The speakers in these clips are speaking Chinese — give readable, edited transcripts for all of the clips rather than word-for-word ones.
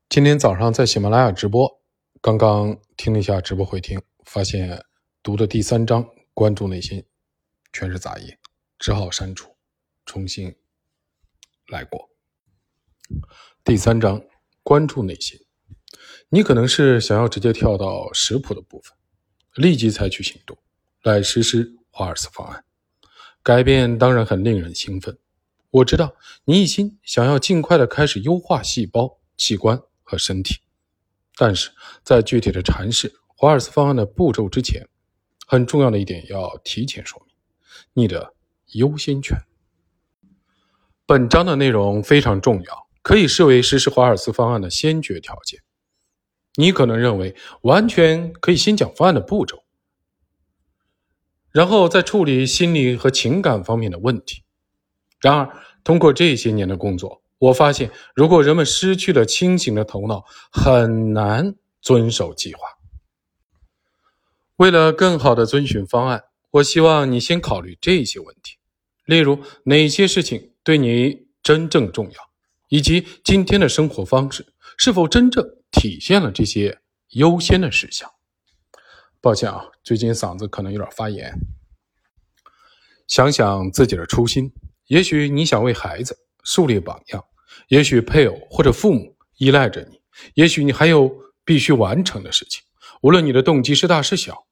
今天早上在喜马拉雅直播，刚刚听了一下直播回听，发现读的第3章关注内心全是杂音，只好删除，重新来过。第3章关注内心，你可能是想要直接跳到食谱的部分，立即采取行动来实施华尔斯方案。改变当然很令人兴奋，我知道你一心想要尽快的开始优化细胞、器官和身体，但是在具体的阐释华尔斯方案的步骤之前，很重要的一点要提前说明，你的优先权。本章的内容非常重要，可以视为实施华尔斯方案的先决条件。你可能认为完全可以先讲方案的步骤，然后再处理心理和情感方面的问题。然而，通过这些年的工作，我发现如果人们失去了清醒的头脑，很难遵守计划。为了更好地遵循方案，我希望你先考虑这些问题，例如哪些事情对你真正重要，以及今天的生活方式是否真正体现了这些优先的事项。抱歉啊，最近嗓子可能有点发炎。想想自己的初心，也许你想为孩子树立榜样，也许配偶或者父母依赖着你，也许你还有必须完成的事情。无论你的动机是大是小，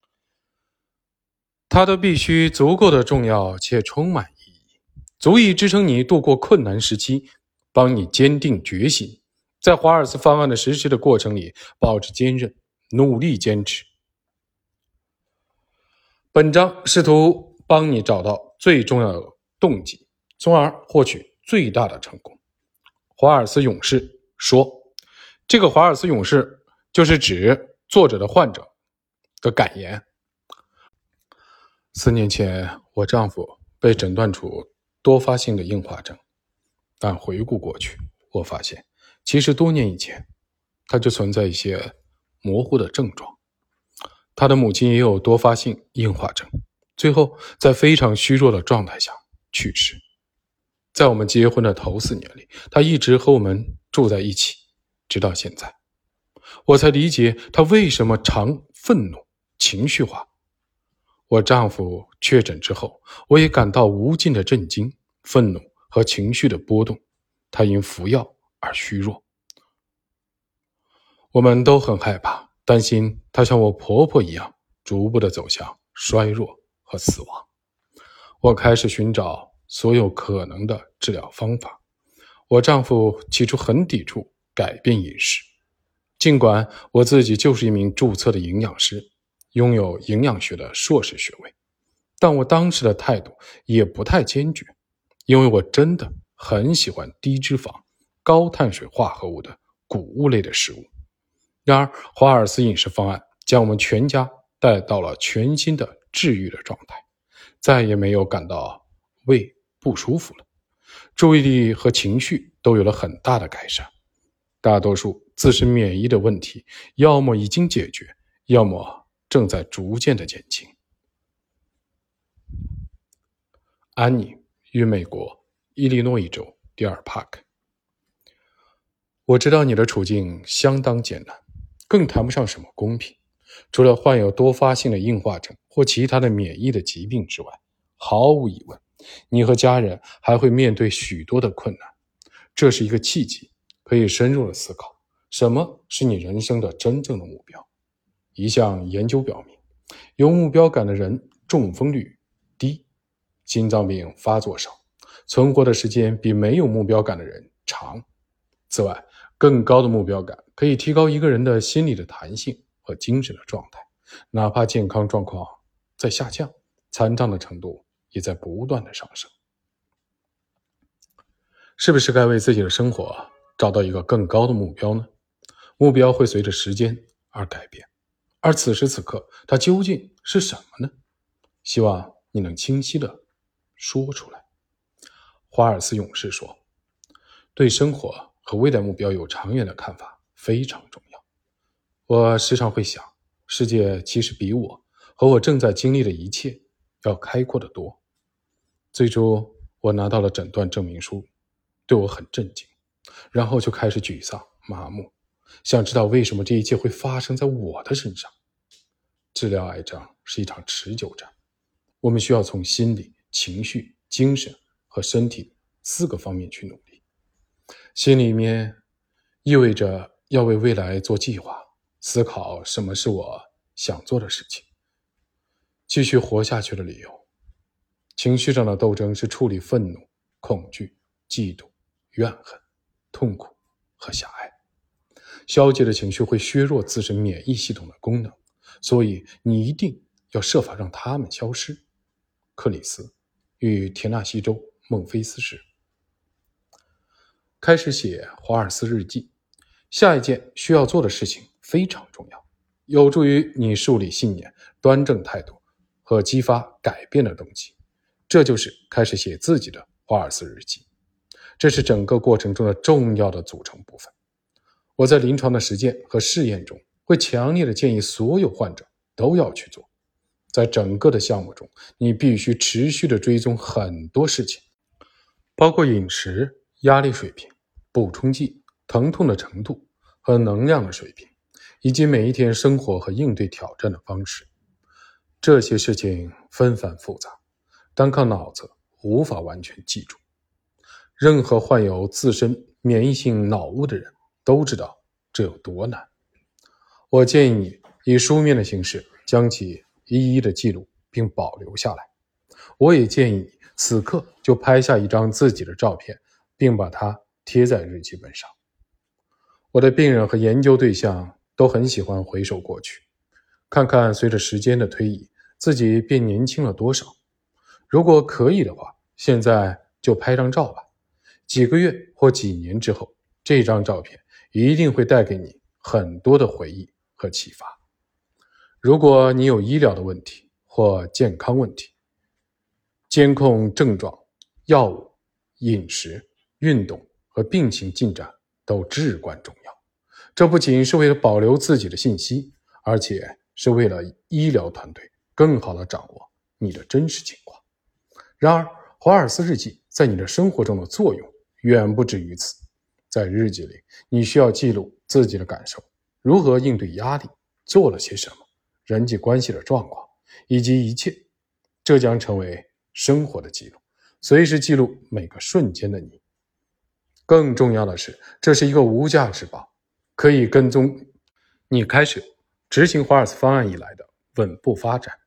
它都必须足够的重要且充满意义，足以支撑你度过困难时期，帮你坚定决心，在华尔斯方案的实施的过程里保持坚韧，努力坚持。本章试图帮你找到最重要的动机，从而获取最大的成功。华尔斯勇士说，这个华尔斯勇士就是指作者的患者的感言。4年前，我丈夫被诊断出多发性的硬化症，但回顾过去，我发现其实多年以前他就存在一些模糊的症状。他的母亲也有多发性硬化症，最后在非常虚弱的状态下去世。在我们结婚的头4年里，他一直和我们住在一起，直到现在。我才理解他为什么常愤怒、情绪化。我丈夫确诊之后，我也感到无尽的震惊、愤怒和情绪的波动。他因服药而虚弱。我们都很害怕，担心她像我婆婆一样逐步地走向衰弱和死亡。我开始寻找所有可能的治疗方法。我丈夫起初很抵触改变饮食，尽管我自己就是一名注册的营养师，拥有营养学的硕士学位，但我当时的态度也不太坚决，因为我真的很喜欢低脂肪、高碳水化合物的谷物类的食物。然而，华尔斯饮食方案将我们全家带到了全新的治愈的状态，再也没有感到胃不舒服了，注意力和情绪都有了很大的改善。大多数自身免疫的问题要么已经解决，要么正在逐渐的减轻。安妮于美国伊利诺伊州迪尔帕克。我知道你的处境相当艰难，更谈不上什么公平。除了患有多发性的硬化症或其他的免疫的疾病之外，毫无疑问，你和家人还会面对许多的困难。这是一个契机，可以深入的思考，什么是你人生的真正的目标。一项研究表明，有目标感的人中风率低，心脏病发作少，存活的时间比没有目标感的人长。此外，更高的目标感可以提高一个人的心理的弹性和精神的状态，哪怕健康状况在下降，残障的程度也在不断的上升。是不是该为自己的生活找到一个更高的目标呢？目标会随着时间而改变，而此时此刻它究竟是什么呢？希望你能清晰地说出来。华尔斯勇士说，对生活和未来目标有长远的看法非常重要。我时常会想，世界其实比我和我正在经历的一切要开阔得多。最初我拿到了诊断证明书，对我很震惊，然后就开始沮丧麻木， 想知道为什么这一切会发生在我的身上。治疗癌症是一场持久战，我们需要从心理、情绪、精神和身体4个方面去努力。心里面意味着要为未来做计划，思考什么是我想做的事情，继续活下去的理由。情绪上的斗争是处理愤怒、恐惧、嫉妒、怨恨、痛苦和狭隘。消极的情绪会削弱自身免疫系统的功能，所以你一定要设法让它们消失。克里斯与田纳西州孟菲斯市。开始写华尔斯日记，下一件需要做的事情非常重要，有助于你树立信念、端正态度和激发改变的动机。这就是开始写自己的华尔斯日记，这是整个过程中的重要的组成部分。我在临床的实践和试验中会强烈的建议所有患者都要去做。在整个的项目中，你必须持续的追踪很多事情，包括饮食、压力水平、补充剂、疼痛的程度和能量的水平，以及每一天生活和应对挑战的方式。这些事情纷繁复杂，单靠脑子无法完全记住。任何患有自身免疫性脑雾的人都知道这有多难。我建议你以书面的形式将其一一的记录并保留下来。我也建议你此刻就拍下一张自己的照片，并把它贴在日记本上。我的病人和研究对象都很喜欢回首过去，看看随着时间的推移，自己变年轻了多少。如果可以的话，现在就拍张照吧。几个月或几年之后，这张照片一定会带给你很多的回忆和启发。如果你有医疗的问题或健康问题，监控症状、药物、饮食、运动和病情进展都至关重要。这不仅是为了保留自己的信息，而且是为了医疗团队更好地掌握你的真实情况。然而，华尔斯日记在你的生活中的作用远不止于此。在日记里，你需要记录自己的感受，如何应对压力，做了些什么，人际关系的状况，以及一切。这将成为生活的记录，随时记录每个瞬间的你。更重要的是，这是一个无价之宝，可以跟踪你开始执行华尔斯方案以来的稳步发展。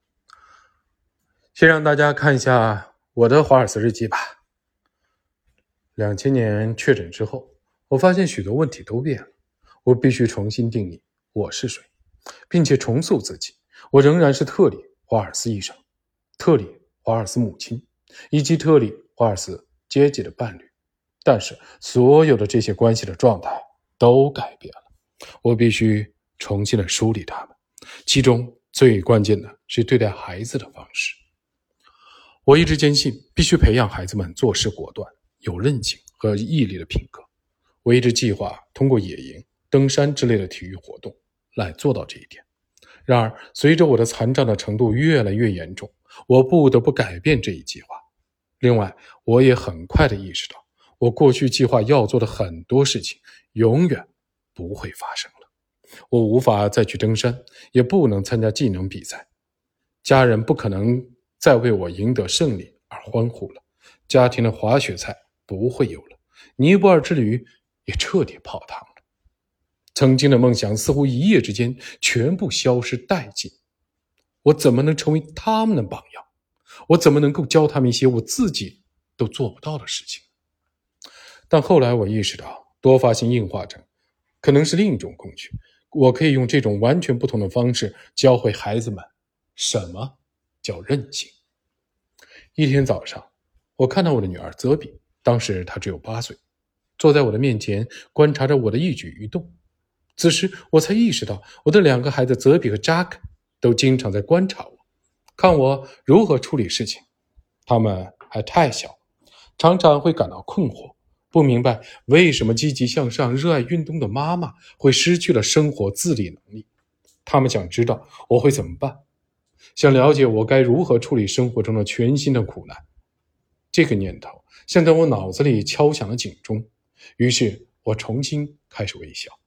先让大家看一下我的华尔斯日记吧。2000年确诊之后，我发现许多问题都变了。我必须重新定义我是谁，并且重塑自己。我仍然是特里·华尔斯医生，特里·华尔斯母亲，以及特里·华尔斯阶级的伴侣。但是所有的这些关系的状态都改变了，我必须重新的梳理它们，其中最关键的是对待孩子的方式。我一直坚信必须培养孩子们做事果断、有韧性和毅力的品格。我一直计划通过野营、登山之类的体育活动来做到这一点。然而，随着我的残障的程度越来越严重，我不得不改变这一计划。另外，我也很快地意识到，我过去计划要做的很多事情永远不会发生了。我无法再去登山，也不能参加技能比赛。家人不可能再为我赢得胜利而欢呼了。家庭的滑雪赛不会有了，尼泊尔之旅也彻底泡汤了。曾经的梦想似乎一夜之间全部消失殆尽。我怎么能成为他们的榜样？我怎么能够教他们一些我自己都做不到的事情？但后来我意识到，多发性硬化症可能是另一种工具。我可以用这种完全不同的方式教会孩子们什么叫韧性。一天早上，我看到我的女儿泽比，当时她只有8岁，坐在我的面前观察着我的一举一动。此时我才意识到，我的2个孩子泽比和扎克都经常在观察我，看我如何处理事情。他们还太小，常常会感到困惑，不明白为什么积极向上、热爱运动的妈妈会失去了生活自理能力。他们想知道我会怎么办，想了解我该如何处理生活中的全新的苦难。这个念头像在我脑子里敲响了警钟，于是我重新开始微笑。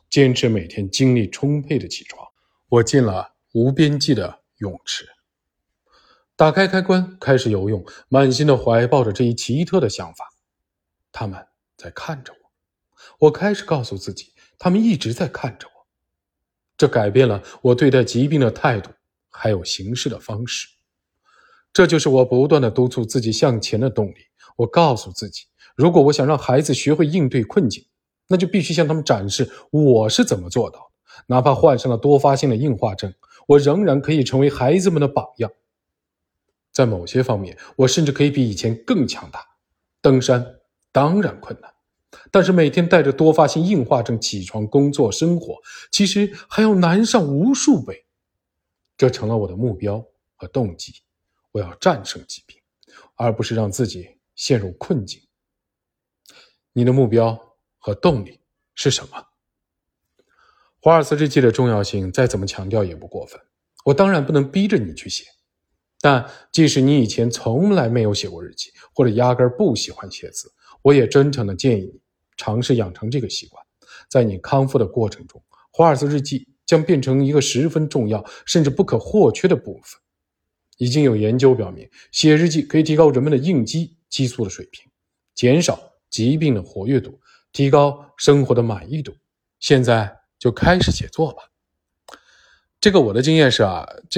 坚持每天精力充沛的起床。我进了无边际的泳池，打开开关，开始游泳，满心的怀抱着这一奇特的想法。他们在看着我，我开始告诉自己，他们一直在看着我。这改变了我对待疾病的态度，还有行事的方式。这就是我不断地督促自己向前的动力。我告诉自己，如果我想让孩子学会应对困境，那就必须向他们展示我是怎么做到的。哪怕患上了多发性的硬化症，我仍然可以成为孩子们的榜样。在某些方面，我甚至可以比以前更强大。登山当然困难，但是每天带着多发性硬化症起床、工作、生活，其实还要难上无数倍。这成了我的目标和动机。我要战胜疾病，而不是让自己陷入困境。你的目标和动力是什么？华尔兹日记的重要性再怎么强调也不过分。我当然不能逼着你去写，但即使你以前从来没有写过日记，或者压根不喜欢写字，我也真诚地建议你尝试养成这个习惯。在你康复的过程中，华尔兹日记将变成一个十分重要甚至不可或缺的部分。已经有研究表明，写日记可以提高人们的应激素的水平，减少疾病的活跃度，提高生活的满意度。现在就开始写作吧。这个我的经验是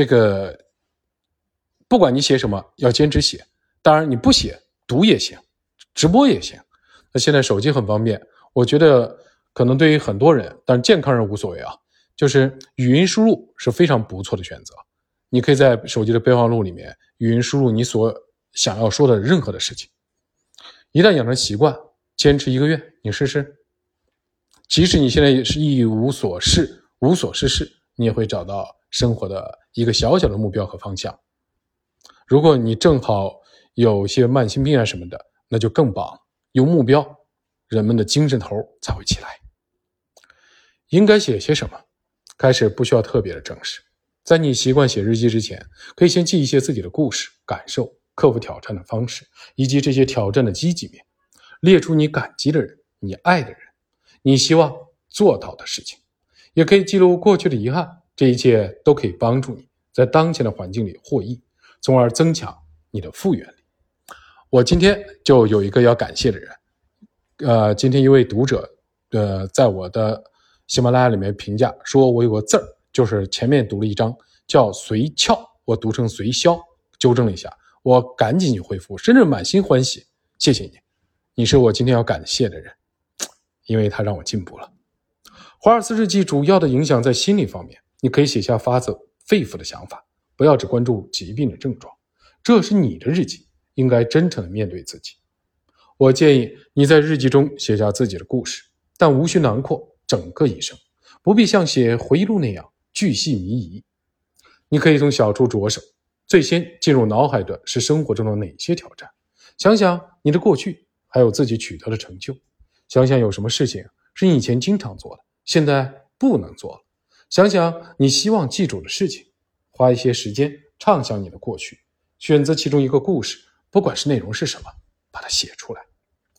不管你写什么，要坚持写。当然你不写，读也行，直播也行。那现在手机很方便，我觉得可能对于很多人，但是健康人无所谓啊，就是语音输入是非常不错的选择。你可以在手机的备忘录里面语音输入你所想要说的任何的事情。一旦养成习惯，坚持1个月，你试试。即使你现在是一无所事、无所事事，你也会找到生活的一个小小的目标和方向。如果你正好有些慢性病啊什么的，那就更棒了。有目标，人们的精神头才会起来。应该写些什么？开始不需要特别的正式。在你习惯写日记之前，可以先记一些自己的故事、感受、克服挑战的方式，以及这些挑战的积极面。列出你感激的人、你爱的人、你希望做到的事情。也可以记录过去的遗憾，这一切都可以帮助你在当前的环境里获益，从而增强你的复原力。我今天就有一个要感谢的人，今天一位读者在我的喜马拉雅里面评价说，我有个字儿就是前面读了一张叫随翘，我读成随霄，纠正了一下，我赶紧就回复，甚至满心欢喜，谢谢你，你是我今天要感谢的人，因为他让我进步了。华尔兹日记主要的影响在心理方面，你可以写下发自肺腑的想法，不要只关注疾病的症状，这是你的日记，应该真诚地面对自己。我建议你在日记中写下自己的故事，但无需囊括整个一生，不必像写回忆录那样巨细靡遗。你可以从小处着手，最先进入脑海的是生活中的哪些挑战，想想你的过去，还有自己取得的成就，想想有什么事情是你以前经常做的，现在不能做了，想想你希望记住的事情，花一些时间畅想你的过去，选择其中一个故事，不管是内容是什么，把它写出来。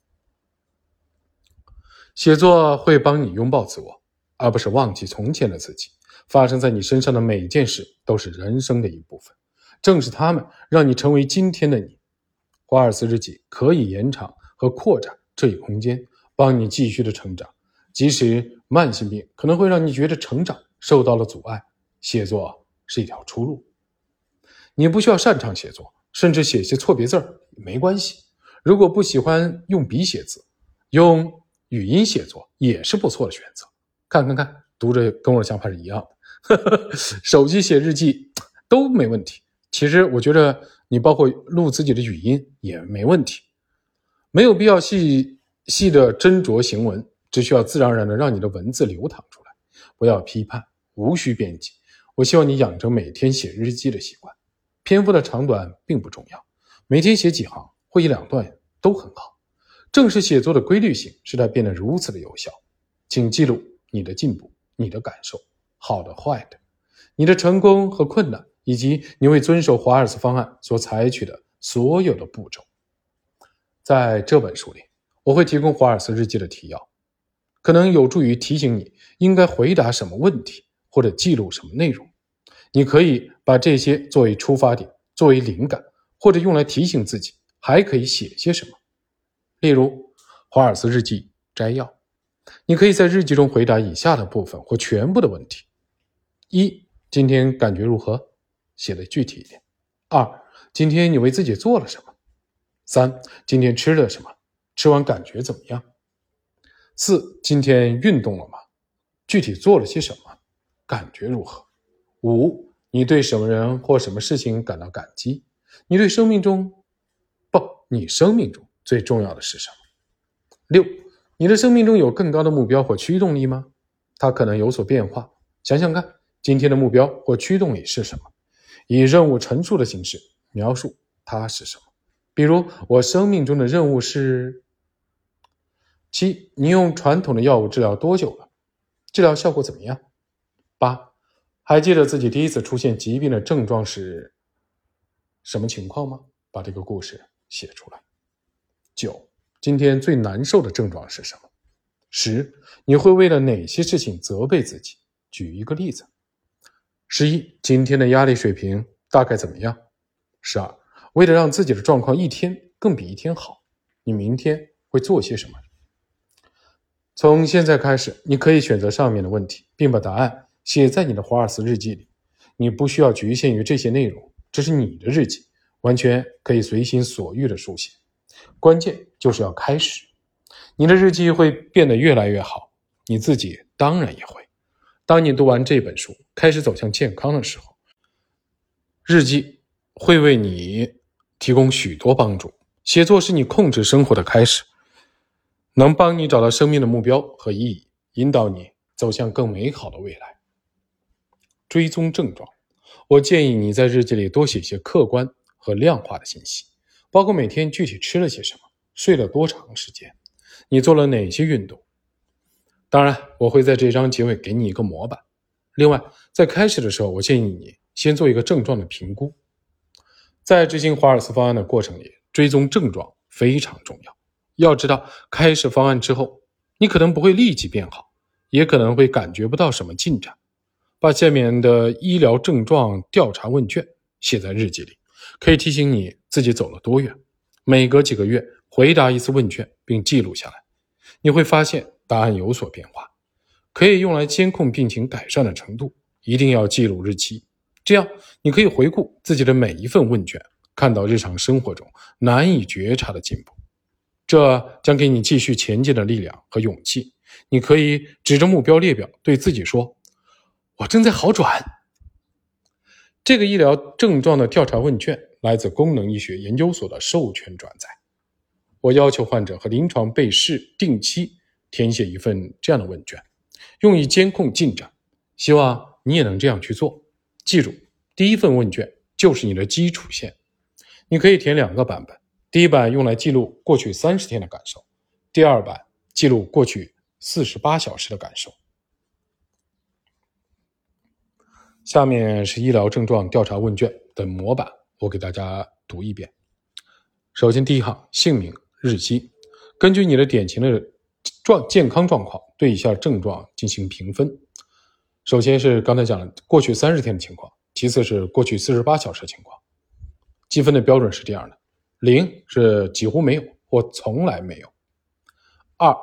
写作会帮你拥抱自我，而不是忘记从前的自己。发生在你身上的每一件事都是人生的一部分，正是它们让你成为今天的你。华尔兹日记可以延长和扩展这一空间，帮你继续的成长。即使慢性病可能会让你觉得成长受到了阻碍，写作是一条出路。你不需要擅长写作，甚至写些错别字也没关系。如果不喜欢用笔写字，用语音写作也是不错的选择。看，读着跟我的想法是一样的。手机写日记都没问题。其实我觉得你包括录自己的语音也没问题，没有必要细的斟酌行文，只需要自然而然的让你的文字流淌出来。不要批判，无需编辑。我希望你养成每天写日记的习惯。篇幅的长短并不重要，每天写几行或1-2段都很好。正是写作的规律性使它变得如此的有效。请记录你的进步，你的感受，好的坏的，你的成功和困难，以及你为遵守华尔兹方案所采取的所有的步骤。在这本书里，我会提供华尔兹日记的提要， 可能有助于提醒你应该回答什么问题或者记录什么内容。你可以把这些作为出发点，作为灵感，或者用来提醒自己还可以写些什么。例如华尔兹日记摘要，你可以在日记中回答以下的部分或全部的问题：一、今天感觉如何？写得具体一点。二、今天你为自己做了什么？三、今天吃了什么？吃完感觉怎么样？四、今天运动了吗？具体做了些什么？感觉如何？五、你对什么人或什么事情感到感激？你生命中最重要的是什么？六、你的生命中有更高的目标或驱动力吗？它可能有所变化。想想看，今天的目标或驱动力是什么？以任务陈述的形式描述它是什么。比如，我生命中的任务是。七、你用传统的药物治疗多久了？治疗效果怎么样？八、还记得自己第一次出现疾病的症状是什么情况吗？把这个故事写出来。九、今天最难受的症状是什么？10、你会为了哪些事情责备自己？举一个例子。11、今天的压力水平大概怎么样？12、为了让自己的状况一天更比一天好，你明天会做些什么？从现在开始，你可以选择上面的问题，并把答案写在你的华尔兹日记里。你不需要局限于这些内容，这是你的日记，完全可以随心所欲的书写。关键就是要开始。你的日记会变得越来越好，你自己当然也会。当你读完这本书，开始走向健康的时候，日记会为你提供许多帮助。写作是你控制生活的开始，能帮你找到生命的目标和意义，引导你走向更美好的未来。追踪症状，我建议你在日记里多写些客观和量化的信息，包括每天具体吃了些什么，睡了多长时间，你做了哪些运动。当然，我会在这章结尾给你一个模板。另外，在开始的时候，我建议你先做一个症状的评估。在执行华尔兹方案的过程里，追踪症状非常重要。要知道，开始方案之后，你可能不会立即变好，也可能会感觉不到什么进展。把下面的医疗症状调查问卷写在日记里，可以提醒你自己走了多远。每隔几个月回答一次问卷并记录下来，你会发现答案有所变化，可以用来监控病情改善的程度。一定要记录日期，这样你可以回顾自己的每一份问卷，看到日常生活中难以觉察的进步，这将给你继续前进的力量和勇气。你可以指着目标列表对自己说，我正在好转。这个医疗症状的调查问卷来自功能医学研究所的授权转载。我要求患者和临床被试定期填写一份这样的问卷，用以监控进展。希望你也能这样去做。记住，第一份问卷就是你的基础线。你可以填2个版本，第一版用来记录过去30天的感受，第二版记录过去48小时的感受。下面是医疗症状调查问卷的模板，我给大家读一遍。首先第一行，姓名、日期，根据你的典型的健康状况对以下症状进行评分。首先是刚才讲的过去30天的情况，其次是过去48小时的情况。积分的标准是这样的：0是几乎没有或从来没有，2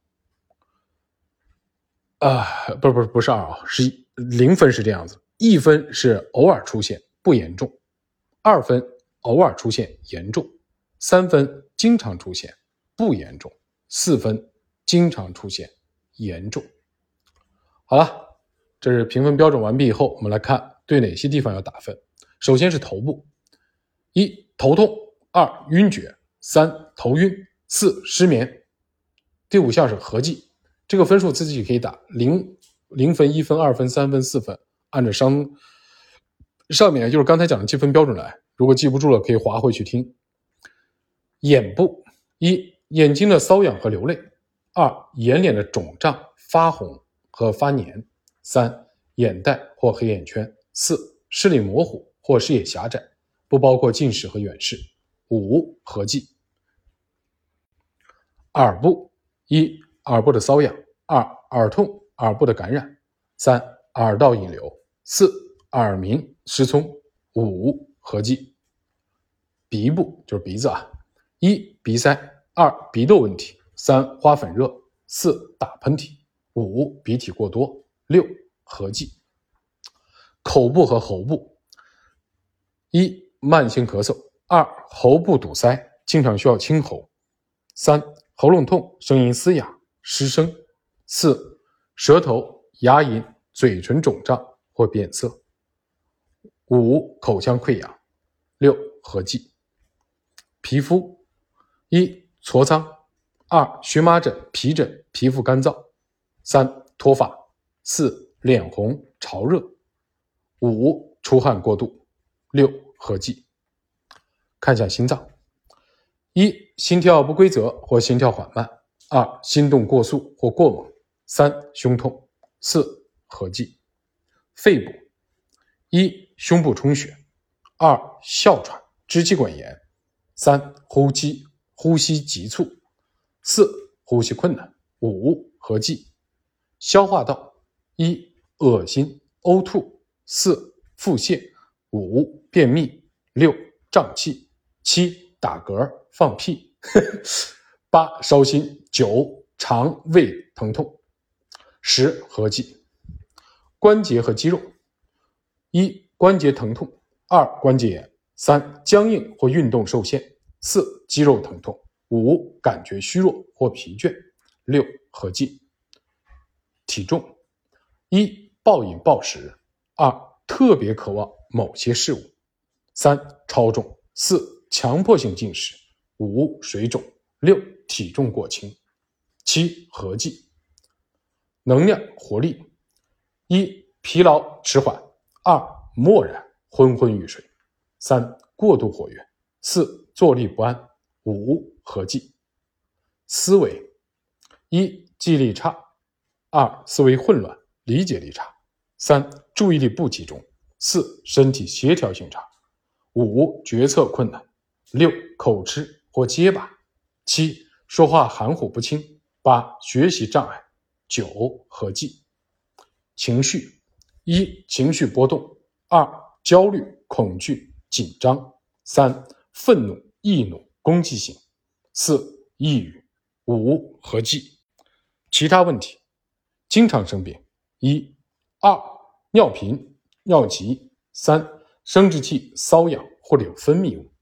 不是2是0分是这样子，1分是偶尔出现不严重，2分偶尔出现严重，3分经常出现不严重，4分经常出现严重。好了，这是评分标准完毕以后，我们来看对哪些地方要打分。首先是头部：1头痛，2晕厥，3头晕，4失眠。第5项是合计，这个分数自己可以打0分、1分、2分、3分、4分，按照上面就是刚才讲的积分标准来，如果记不住了可以划回去听。眼部：1眼睛的瘙痒和流泪，2眼脸的肿胀、发红和发黏，3眼袋或黑眼圈，4视力模糊或视野狭窄，不包括近视和远视，5合计。耳部：1耳部的瘙痒 2耳痛、耳部的感染；3耳道引流；4耳鸣、失聪；5合计。鼻部就是鼻子1鼻塞，2鼻窦问题，3花粉热，4打喷嚏，5鼻涕过多，6合计。口部和喉部：1慢性咳嗽，2喉部堵塞，经常需要清喉；3喉咙痛，声音嘶哑、失声；4舌头、牙龈、嘴唇肿胀或变色；5口腔溃疡；6合计。皮肤：1痤疮，2荨麻疹、皮疹，皮肤干燥；3脱发；4脸红、潮热；5出汗过度；6合计。看一下心脏：1心跳不规则或心跳缓慢；2心动过速或过猛；3胸痛；4合计。肺部：1胸部充血；2哮喘、支气管炎；3呼吸急促；4呼吸困难；5合计。消化道：1恶心、呕吐；4腹泻；5便秘；6胀气；7打嗝、放屁；8烧心；9肠胃疼痛；10合计。关节和肌肉：1关节疼痛；2关节炎；3僵硬或运动受限；4肌肉疼痛；5感觉虚弱或疲倦；6合计。体重：1暴饮暴食；2特别渴望某些事物；3超重；4强迫性进食；5水肿；6体重过轻；7合计。能量活力：1疲劳迟缓；2漠然昏昏欲睡；3过度活跃；4坐立不安；5合计。思维：1记忆力差；2思维混乱理解力差；3注意力不集中；4身体协调性差；5决策困难；6口吃或结巴；7说话含糊不清；8学习障碍；9合计。情绪：1情绪波动；2焦虑、恐惧、紧张；3愤怒、易怒、攻击性；4抑郁；5合计。其他问题：经常生病：1、2尿频、尿急；3生殖器瘙痒或者有分泌物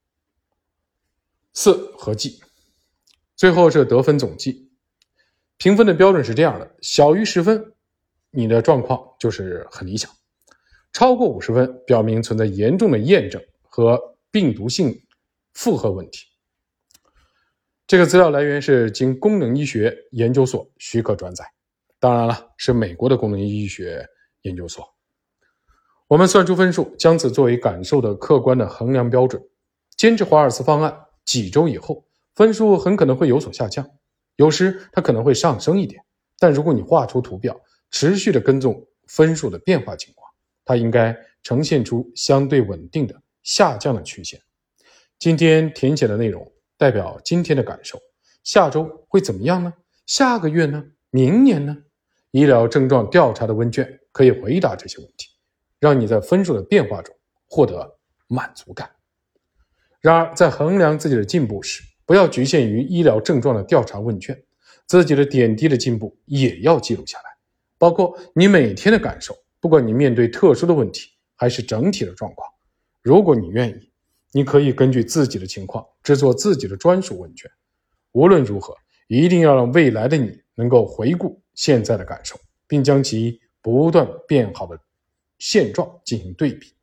；4合计。最后是得分总计，评分的标准是这样的：小于10分，你的状况就是很理想；超过50分，表明存在严重的炎症和病毒性负荷问题。这个资料来源是经功能医学研究所许可转载，当然了，是美国的功能医学研究所。我们算出分数，将此作为感受的客观的衡量标准。坚持华尔兹方案几周以后，分数很可能会有所下降，有时它可能会上升一点，但如果你画出图表，持续的跟踪分数的变化情况，它应该呈现出相对稳定的下降的曲线。今天填写的内容代表今天的感受，下周会怎么样呢？下个月呢？明年呢？医疗症状调查的问卷可以回答这些问题，让你在分数的变化中获得满足感。然而，在衡量自己的进步时，不要局限于医疗症状的调查问卷，自己的点滴的进步也要记录下来，包括你每天的感受，不管你面对特殊的问题还是整体的状况。如果你愿意，你可以根据自己的情况制作自己的专属问卷。无论如何，一定要让未来的你能够回顾现在的感受，并将其不断变好的现状进行对比。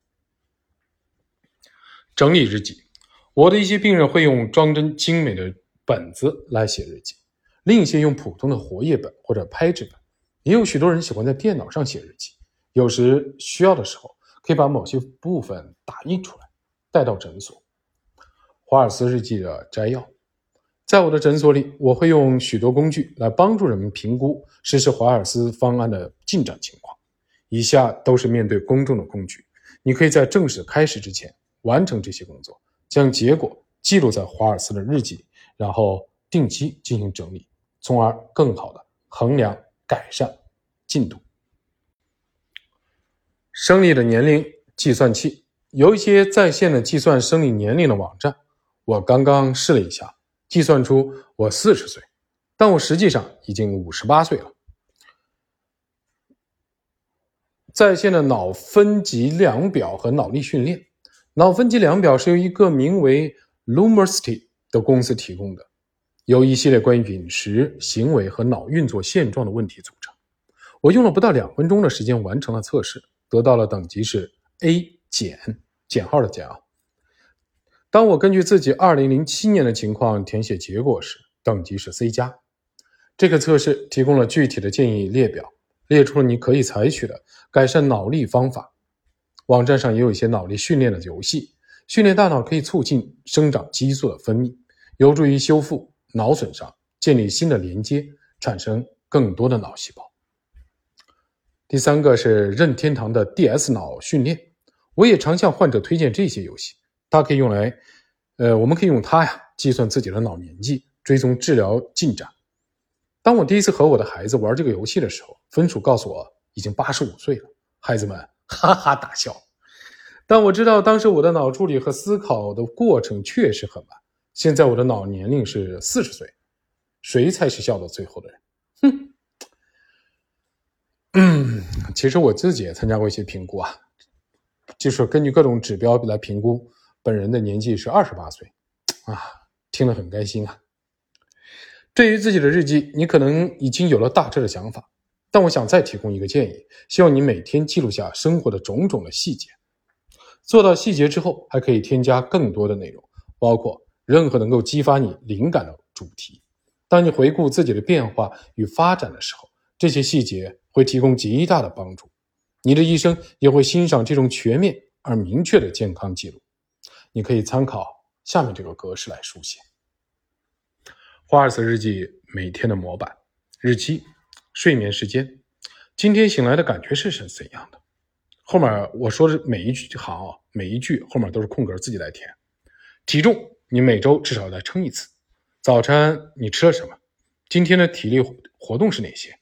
整理日记，我的一些病人会用装帧精美的本子来写日记，另一些用普通的活页本或者拍纸本，也有许多人喜欢在电脑上写日记。有时需要的时候，可以把某些部分打印出来带到诊所。华尔斯日记的摘要，在我的诊所里，我会用许多工具来帮助人们评估实施华尔斯方案的进展情况。以下都是面对公众的工具，你可以在正式开始之前完成这些工作，将结果记录在华尔斯的日记里，然后定期进行整理，从而更好的衡量改善进度。生理的年龄计算器，有一些在线的计算生理年龄的网站，我刚刚试了一下，计算出我40岁，但我实际上已经58岁了。在线的脑分级量表和脑力训练，脑分级量表是由一个名为 Lumosity 的公司提供的，由一系列关于饮食、行为和脑运作现状的问题组成。我用了不到2分钟的时间完成了测试，得到了等级是 A 减，减号的减啊。当我根据自己2007年的情况填写结果时，等级是 C 加。这个测试提供了具体的建议列表，列出了你可以采取的改善脑力方法。网站上也有一些脑力训练的游戏，训练大脑可以促进生长激素的分泌，有助于修复脑损伤，建立新的连接，产生更多的脑细胞。第3个是任天堂的 DS 脑训练，我也常向患者推荐这些游戏，它可以用来我们可以用它计算自己的脑年纪，追踪治疗进展。当我第一次和我的孩子玩这个游戏的时候，分数告诉我已经85岁了，孩子们哈哈大笑。但我知道当时我的脑处理和思考的过程确实很慢，现在我的脑年龄是40岁，谁才是笑到最后的人？其实我自己也参加过一些评估就是根据各种指标来评估本人的年纪是28岁听得很开心对于自己的日记，你可能已经有了大致的想法，但我想再提供一个建议，希望你每天记录下生活的种种的细节。做到细节之后，还可以添加更多的内容，包括任何能够激发你灵感的主题。当你回顾自己的变化与发展的时候，这些细节会提供极大的帮助。你的医生也会欣赏这种全面而明确的健康记录。你可以参考下面这个格式来书写。华尔斯日记每天的模板：日期、睡眠时间、今天醒来的感觉是怎样的。后面我说的每一句后面都是空格，自己来填。体重，你每周至少来称一次。早餐你吃了什么？今天的体力活动是哪些？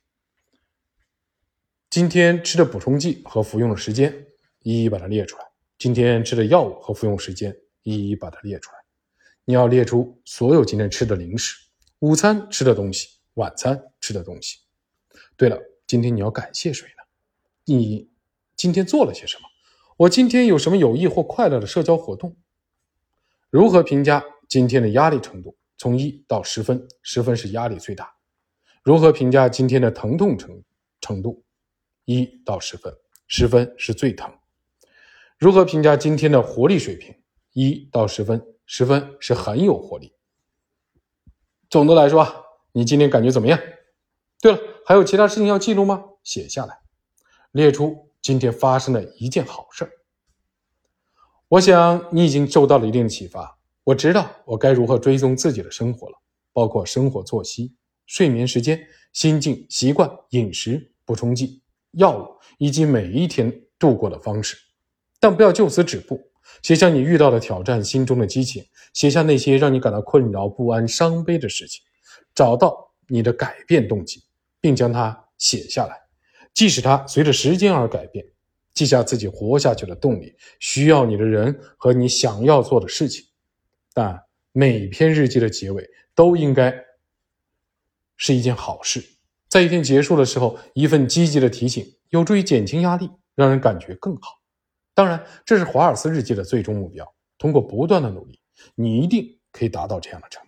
今天吃的补充剂和服用的时间，一一把它列出来。今天吃的药物和服用时间，一一把它列出来。你要列出所有今天吃的零食，午餐吃的东西，晚餐吃的东西。对了，今天你要感谢谁呢？你今天做了些什么？我今天有什么有益或快乐的社交活动？如何评价今天的压力程度？从1到10分，10分是压力最大。如何评价今天的疼痛程度？1到10分，10分是最疼。如何评价今天的活力水平？1到10分，10分是很有活力。总的来说你今天感觉怎么样？对了，还有其他事情要记录吗？写下来，列出今天发生的一件好事。我想你已经受到了一定的启发，我知道我该如何追踪自己的生活了，包括生活作息、睡眠时间、心境、习惯、饮食、补充剂、药物，以及每一天度过的方式。但不要就此止步，写下你遇到的挑战，心中的激情，写下那些让你感到困扰、不安、伤悲的事情，找到你的改变动机，并将它写下来，即使它随着时间而改变。记下自己活下去的动力，需要你的人和你想要做的事情。但每篇日记的结尾都应该是一件好事，在一天结束的时候，一份积极的提醒，有助于减轻压力，让人感觉更好。当然，这是华尔斯日记的最终目标，通过不断的努力，你一定可以达到这样的成绩。